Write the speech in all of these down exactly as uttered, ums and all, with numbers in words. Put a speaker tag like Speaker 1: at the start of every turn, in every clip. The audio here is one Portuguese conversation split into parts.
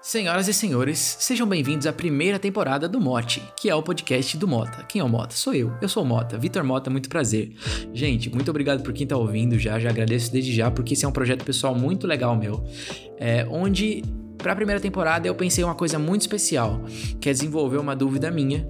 Speaker 1: Senhoras e senhores, sejam bem-vindos à primeira temporada do Mote, que é o podcast do Mota. Quem é o Mota? Sou eu, eu sou o Mota, Vitor Mota, muito prazer. Gente, muito obrigado por quem tá ouvindo já, já agradeço desde já, porque esse é um projeto pessoal muito legal meu, é, onde, para a primeira temporada, eu pensei uma coisa muito especial, que é desenvolver uma dúvida minha,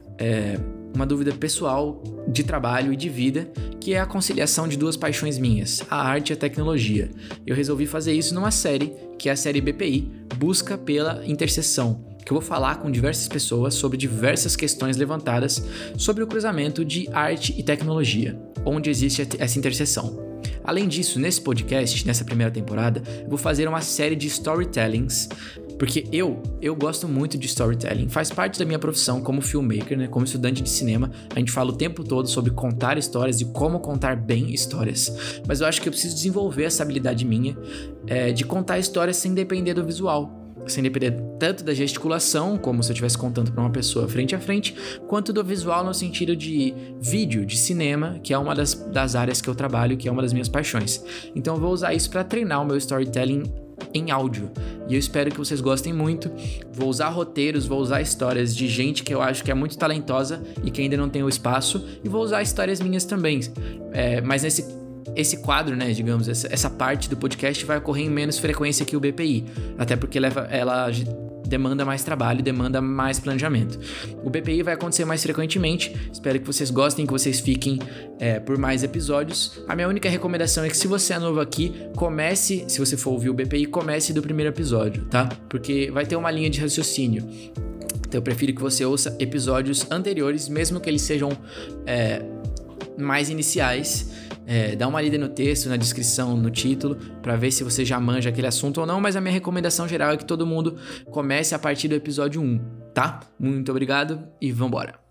Speaker 1: é, uma dúvida pessoal de trabalho e de vida, que é a conciliação de duas paixões minhas, a arte e a tecnologia. Eu resolvi fazer isso numa série, que é a série B P I, Busca pela Interseção, que eu vou falar com diversas pessoas sobre diversas questões levantadas sobre o cruzamento de arte e tecnologia, onde existe essa interseção. Além disso, nesse podcast, nessa primeira temporada, eu vou fazer uma série de storytellings, porque eu, eu gosto muito de storytelling, faz parte da minha profissão como filmmaker, né? Como estudante de cinema, a gente fala o tempo todo sobre contar histórias e como contar bem histórias, mas eu acho que eu preciso desenvolver essa habilidade minha é, de contar histórias sem depender do visual, sem depender tanto da gesticulação, como se eu estivesse contando para uma pessoa frente a frente, quanto do visual no sentido de vídeo, de cinema, que é uma das, das áreas que eu trabalho, que é uma das minhas paixões. Então eu vou usar isso para treinar o meu storytelling em áudio, e eu espero que vocês gostem muito. Vou usar roteiros, vou usar histórias de gente que eu acho que é muito talentosa e que ainda não tem o espaço, e vou usar histórias minhas também, é, mas nesse esse quadro, né, digamos, essa, essa parte do podcast vai ocorrer em menos frequência que o B P I, até porque leva, ela demanda mais trabalho, demanda mais planejamento. O B P I vai acontecer mais frequentemente, espero que vocês gostem, que vocês fiquem é, por mais episódios. A minha única recomendação é que se você é novo aqui, comece, se você for ouvir o B P I, comece do primeiro episódio, tá? Porque vai ter uma linha de raciocínio. Então eu prefiro que você ouça episódios anteriores, mesmo que eles sejam é, mais iniciais. É, dá uma lida no texto, na descrição, no título, pra ver se você já manja aquele assunto ou não, mas a minha recomendação geral é que todo mundo comece a partir do episódio um, tá? Muito obrigado e vambora!